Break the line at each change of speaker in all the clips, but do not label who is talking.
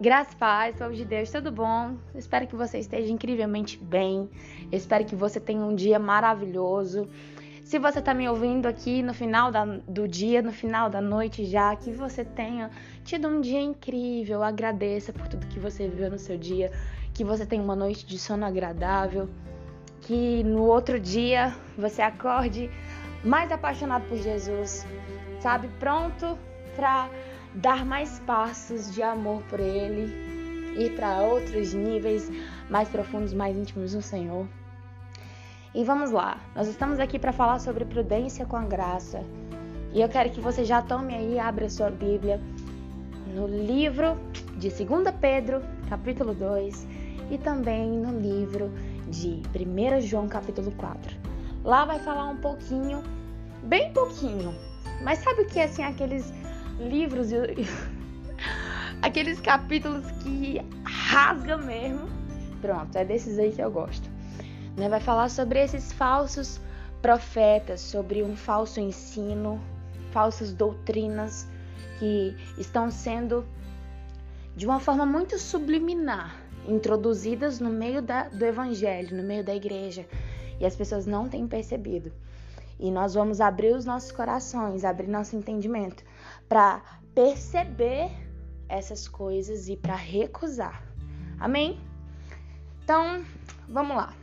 Graças, paz, povo de Deus, tudo bom? Espero que você esteja incrivelmente bem. Espero que você tenha um dia maravilhoso. Se você está me ouvindo aqui no final do dia, no final da noite já, que você tenha tido um dia incrível. Agradeça por tudo que você viveu no seu dia. Que você tenha uma noite de sono agradável. Que no outro dia você acorde mais apaixonado por Jesus, sabe? Pronto para dar mais passos de amor por Ele, ir para outros níveis mais profundos, mais íntimos no Senhor. E vamos lá, nós estamos aqui para falar sobre prudência com a graça. E eu quero que você já tome aí, abra a sua Bíblia no livro de 2 Pedro, capítulo 2, e também no livro de 1 João, capítulo 4. Lá vai falar um pouquinho, bem pouquinho, mas sabe o que é assim, aqueles livros, aqueles capítulos que rasga mesmo? Pronto, é desses aí que eu gosto. Vai falar sobre esses falsos profetas, sobre um falso ensino, falsas doutrinas que estão sendo, de uma forma muito subliminar, introduzidas no meio do evangelho, no meio da igreja, e as pessoas não têm percebido. E nós vamos abrir os nossos corações, abrir nosso entendimento para perceber essas coisas e para recusar. Amém? Então, vamos lá.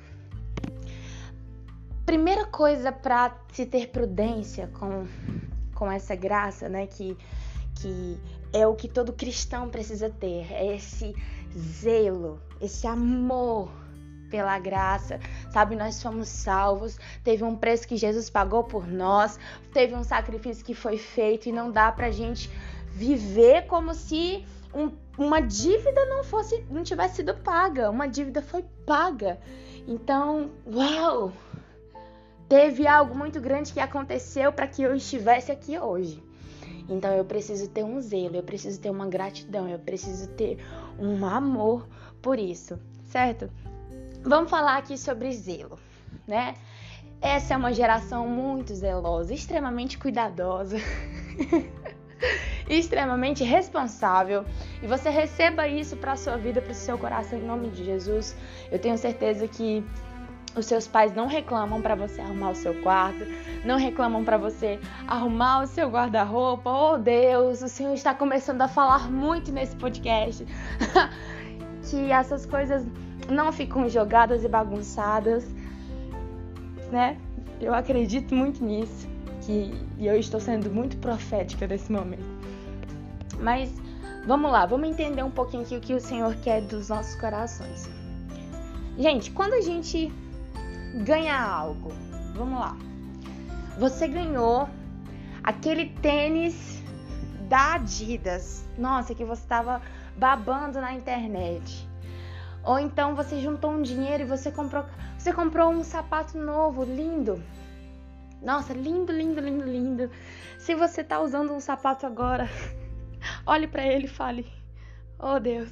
Primeira coisa para se ter prudência com essa graça, né, que é o que todo cristão precisa ter, é esse zelo, esse amor pela graça, sabe? Nós fomos salvos, teve um preço que Jesus pagou por nós, teve um sacrifício que foi feito e não dá pra gente viver como se uma dívida não tivesse sido paga. Uma dívida foi paga. Então, uau! Teve algo muito grande que aconteceu para que eu estivesse aqui hoje. Então eu preciso ter um zelo, eu preciso ter uma gratidão, eu preciso ter um amor por isso, certo? Vamos falar aqui sobre zelo, né? Essa é uma geração muito zelosa, extremamente cuidadosa, extremamente responsável. E você receba isso para a sua vida, para o seu coração, em nome de Jesus. Eu tenho certeza que os seus pais não reclamam para você arrumar o seu quarto, não reclamam para você arrumar o seu guarda-roupa. Oh Deus, o Senhor está começando a falar muito nesse podcast. Que essas coisas não ficam jogadas e bagunçadas, né? Eu acredito muito nisso, e eu estou sendo muito profética nesse momento. Mas vamos lá, vamos entender um pouquinho aqui o que o Senhor quer dos nossos corações. Gente, quando a gente ganha algo, vamos lá. Você ganhou aquele tênis da Adidas, nossa, que você estava babando na internet. Ou então você juntou um dinheiro e você comprou um sapato novo, lindo. Nossa, lindo, lindo, lindo, lindo. Se você tá usando um sapato agora, olhe pra ele e fale: oh Deus.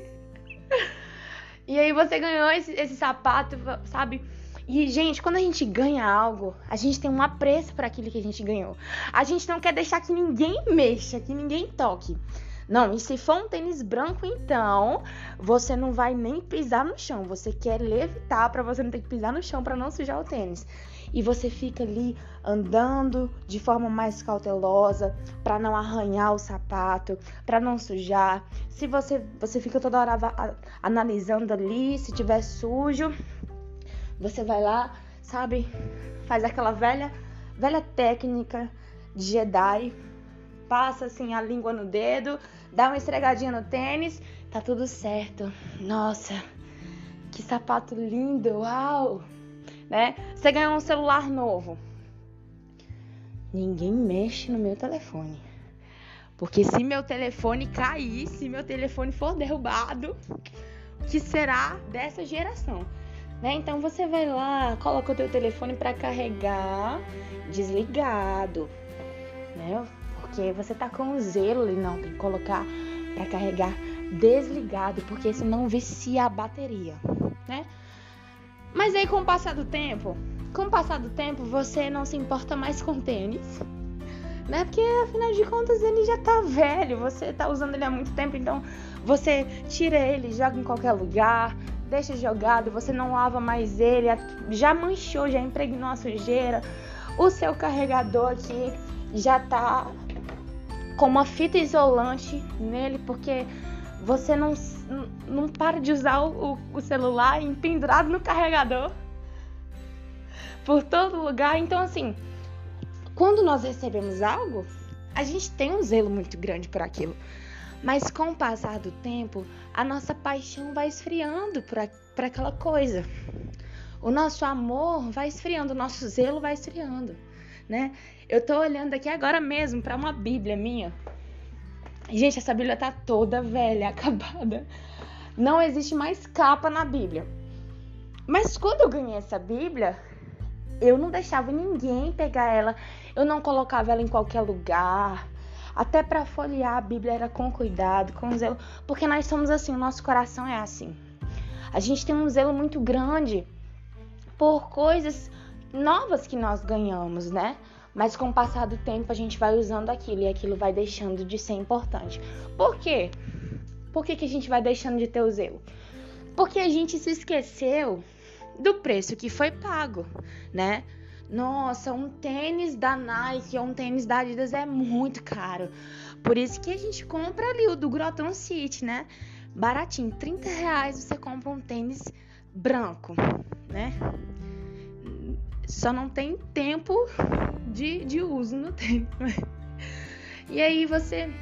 E aí você ganhou esse sapato, sabe? E, gente, quando a gente ganha algo, a gente tem um apreço por aquilo que a gente ganhou. A gente não quer deixar que ninguém mexa, que ninguém toque. Não, e se for um tênis branco, então, você não vai nem pisar no chão. Você quer levitar para você não ter que pisar no chão para não sujar o tênis. E você fica ali andando de forma mais cautelosa para não arranhar o sapato, para não sujar. Se você fica toda hora analisando ali, se tiver sujo, você vai lá, sabe, faz aquela velha técnica de Jedi. Passa assim a língua no dedo, dá uma esfregadinha no tênis, tá tudo certo. Nossa, que sapato lindo, uau! Né? Você ganhou um celular novo. Ninguém mexe no meu telefone. Porque se meu telefone cair, se meu telefone for derrubado, o que será dessa geração? Né? Então você vai lá, coloca o teu telefone para carregar desligado, né? Porque você tá com zelo e não, tem que colocar para carregar desligado, porque senão vicia a bateria, né? Mas aí com o passar do tempo, você não se importa mais com tênis, né? Porque afinal de contas ele já tá velho, você tá usando ele há muito tempo, então você tira ele, joga em qualquer lugar, deixa jogado, você não lava mais ele, já manchou, já impregnou a sujeira. O seu carregador aqui já tá com uma fita isolante nele, porque você não para de usar o celular pendurado no carregador por todo lugar. Então, assim, quando nós recebemos algo, a gente tem um zelo muito grande por aquilo. Mas com o passar do tempo, a nossa paixão vai esfriando por aquela coisa. O nosso amor vai esfriando, o nosso zelo vai esfriando, né? Eu tô olhando aqui agora mesmo para uma Bíblia minha. Gente, essa Bíblia tá toda velha, acabada. Não existe mais capa na Bíblia. Mas quando eu ganhei essa Bíblia, eu não deixava ninguém pegar ela. Eu não colocava ela em qualquer lugar. Até para folhear a Bíblia era com cuidado, com zelo. Porque nós somos assim, o nosso coração é assim. A gente tem um zelo muito grande por coisas novas que nós ganhamos, né? Mas com o passar do tempo a gente vai usando aquilo e aquilo vai deixando de ser importante. Por quê? Por que a gente vai deixando de ter o zelo? Porque a gente se esqueceu do preço que foi pago, né? Nossa, um tênis da Nike ou um tênis da Adidas é muito caro. Por isso que a gente compra ali o do Groton City, né? Baratinho, R$30 você compra um tênis branco, né? Só não tem tempo de uso no tênis. E aí você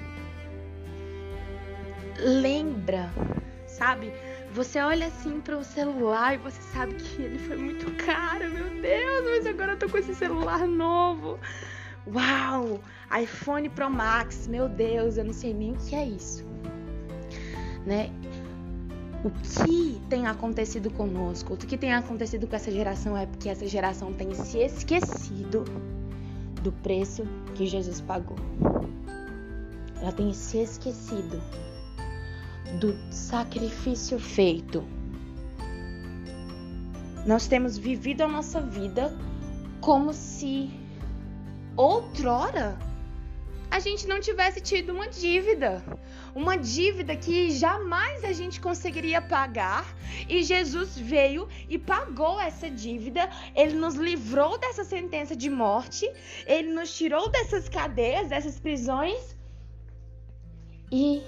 lembra, sabe? Você olha assim pro celular e você sabe que ele foi muito caro, meu Deus, mas agora eu tô com esse celular novo. Uau, iPhone Pro Max, meu Deus, eu não sei nem o que é isso, né? O que tem acontecido conosco, o que tem acontecido com essa geração é porque essa geração tem se esquecido do preço que Jesus pagou. Ela tem se esquecido do sacrifício feito. Nós temos vivido a nossa vida como se outrora a gente não tivesse tido uma dívida que jamais a gente conseguiria pagar, e Jesus veio e pagou essa dívida. Ele nos livrou dessa sentença de morte, ele nos tirou dessas cadeias, dessas prisões. E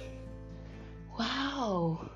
uau,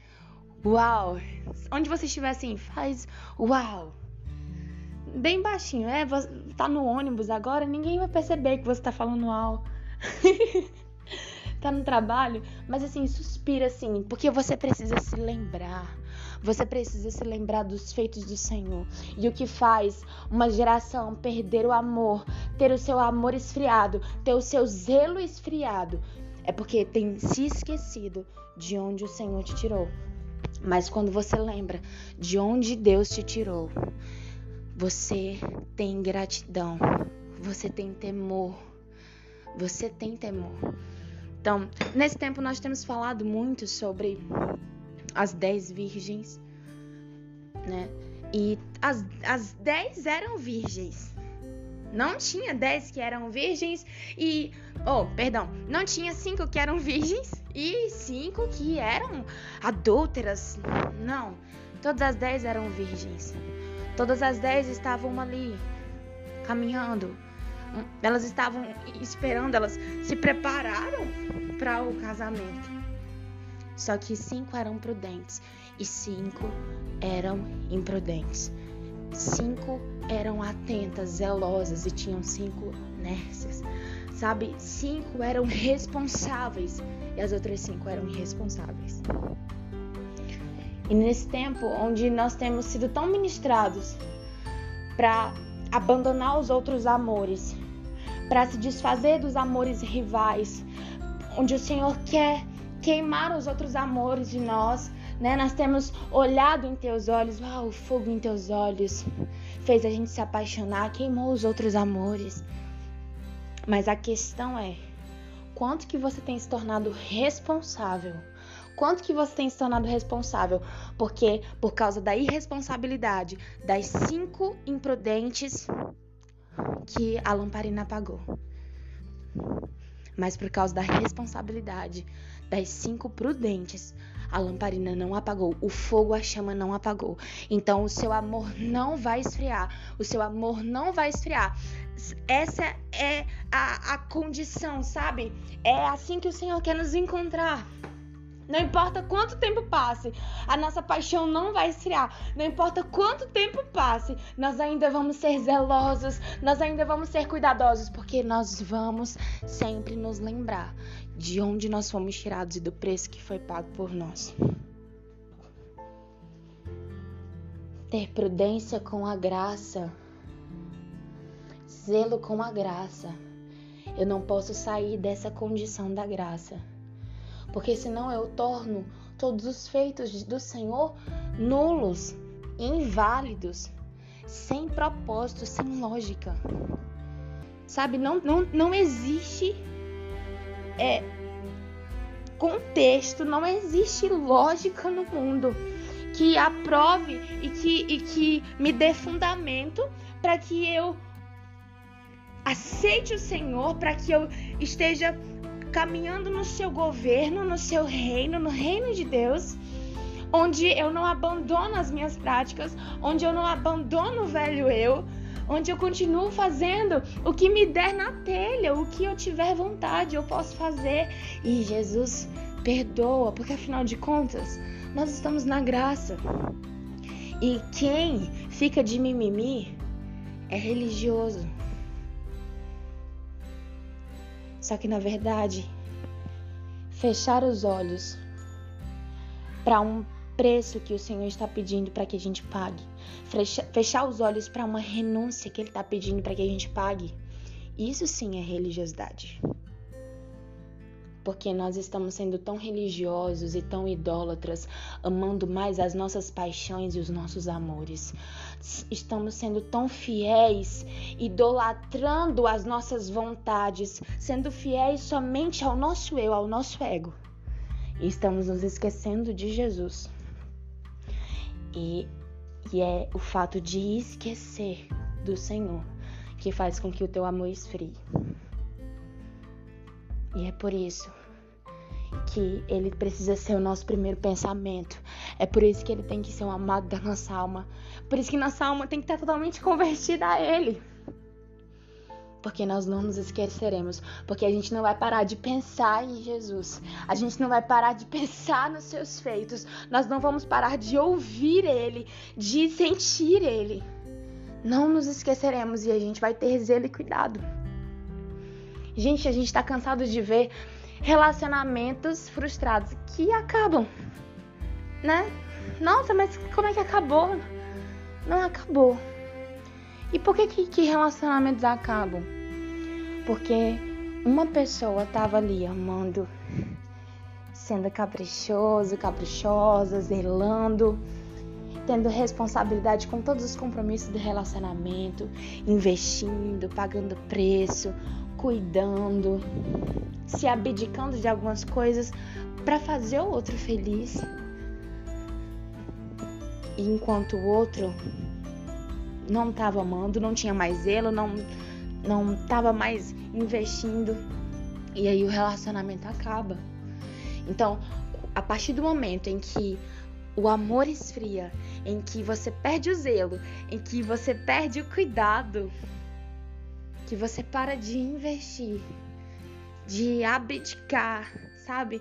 onde você estiver assim, faz uau, bem baixinho, tá no ônibus agora, ninguém vai perceber que você tá falando uau. Tá no trabalho, mas assim, suspira assim, porque você precisa se lembrar. Você precisa se lembrar dos feitos do Senhor. E o que faz uma geração perder o amor, ter o seu amor esfriado, ter o seu zelo esfriado, é porque tem se esquecido de onde o Senhor te tirou. Mas quando você lembra de onde Deus te tirou, você tem gratidão, você tem temor. Você tem temor. Então, nesse tempo nós temos falado muito sobre as 10 virgens, né? E as 10 eram virgens. Não tinha 10 que eram virgens e... não tinha 5 que eram virgens e 5 que eram adúlteras. Não, todas as 10 eram virgens. Todas as 10 estavam ali, caminhando. Elas estavam esperando, elas se prepararam para o casamento. Só que 5 eram prudentes e 5 eram imprudentes. 5 eram atentas, zelosas e tinham 5 nércias. Sabe? 5 eram responsáveis e as outras 5 eram irresponsáveis. E nesse tempo onde nós temos sido tão ministrados para abandonar os outros amores, para se desfazer dos amores rivais, onde o Senhor quer queimar os outros amores de nós, né? Nós temos olhado em teus olhos, o fogo em teus olhos fez a gente se apaixonar, queimou os outros amores. Mas a questão é, quanto que você tem se tornado responsável? Quanto que você tem se tornado responsável? Porque por causa da irresponsabilidade das 5 imprudentes que a lamparina apagou. Mas por causa da responsabilidade das 5 prudentes, a lamparina não apagou, o fogo, a chama não apagou. Então o seu amor não vai esfriar, o seu amor não vai esfriar. Essa é a condição, sabe? É assim que o Senhor quer nos encontrar. Não importa quanto tempo passe, a nossa paixão não vai esfriar. Não importa quanto tempo passe, nós ainda vamos ser zelosos, nós ainda vamos ser cuidadosos, porque nós vamos sempre nos lembrar de onde nós fomos tirados e do preço que foi pago por nós. Ter prudência com a graça, zelo com a graça. Eu não posso sair dessa condição da graça, porque senão eu torno todos os feitos do Senhor nulos, inválidos, sem propósito, sem lógica. Sabe, não existe contexto, não existe lógica no mundo que aprove e que me dê fundamento para que eu aceite o Senhor, para que eu esteja caminhando no seu governo, no seu reino, no reino de Deus, onde eu não abandono as minhas práticas, onde eu não abandono o velho eu, onde eu continuo fazendo o que me der na telha, o que eu tiver vontade, eu posso fazer. E Jesus perdoa, porque afinal de contas, nós estamos na graça. E quem fica de mimimi é religioso. Só que, na verdade, fechar os olhos para um preço que o Senhor está pedindo para que a gente pague, fechar os olhos para uma renúncia que Ele está pedindo para que a gente pague, isso sim é religiosidade. Porque nós estamos sendo tão religiosos e tão idólatras, amando mais as nossas paixões e os nossos amores. Estamos sendo tão fiéis, idolatrando as nossas vontades, sendo fiéis somente ao nosso eu, ao nosso ego. E estamos nos esquecendo de Jesus. E é o fato de esquecer do Senhor que faz com que o teu amor esfrie. E é por isso que Ele precisa ser o nosso primeiro pensamento. É por isso que Ele tem que ser o amado da nossa alma. Por isso que nossa alma tem que estar totalmente convertida a Ele. Porque nós não nos esqueceremos. Porque a gente não vai parar de pensar em Jesus. A gente não vai parar de pensar nos seus feitos. Nós não vamos parar de ouvir Ele, de sentir Ele. Não nos esqueceremos e a gente vai ter zelo e cuidado. Gente, a gente tá cansado de ver relacionamentos frustrados que acabam, né? Nossa, mas como é que acabou? Não acabou. E por que relacionamentos acabam? Porque uma pessoa tava ali amando, sendo caprichosa, zelando, tendo responsabilidade com todos os compromissos do relacionamento, investindo, pagando preço, cuidando, se abdicando de algumas coisas para fazer o outro feliz. E enquanto o outro não estava amando, não tinha mais zelo, não estava mais investindo, e aí o relacionamento acaba. Então, a partir do momento em que o amor esfria, em que você perde o zelo, em que você perde o cuidado, que você para de investir, de abdicar, sabe?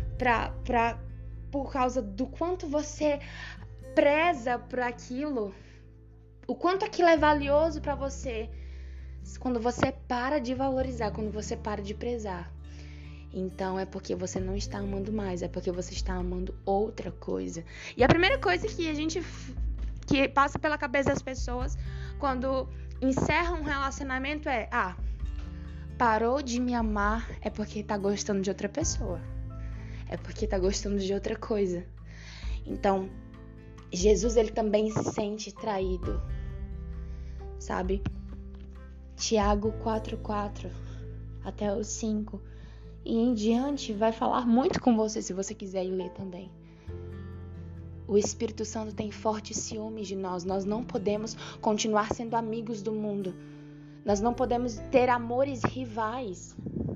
Por causa do quanto você preza por aquilo, o quanto aquilo é valioso para você, quando você para de valorizar, quando você para de prezar. Então é porque você não está amando mais, é porque você está amando outra coisa. E a primeira coisa que passa pela cabeça das pessoas quando encerra um relacionamento é: parou de me amar é porque tá gostando de outra pessoa, é porque tá gostando de outra coisa. Então, Jesus, ele também se sente traído, sabe? Tiago 4:4 até o 5 e em diante vai falar muito com você, se você quiser ir ler também. O Espírito Santo tem forte ciúme de nós. Nós não podemos continuar sendo amigos do mundo. Nós não podemos ter amores rivais.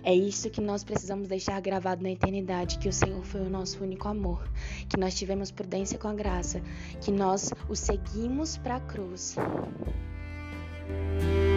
É isso que nós precisamos deixar gravado na eternidade, que o Senhor foi o nosso único amor, que nós tivemos prudência com a graça, que nós o seguimos para a cruz.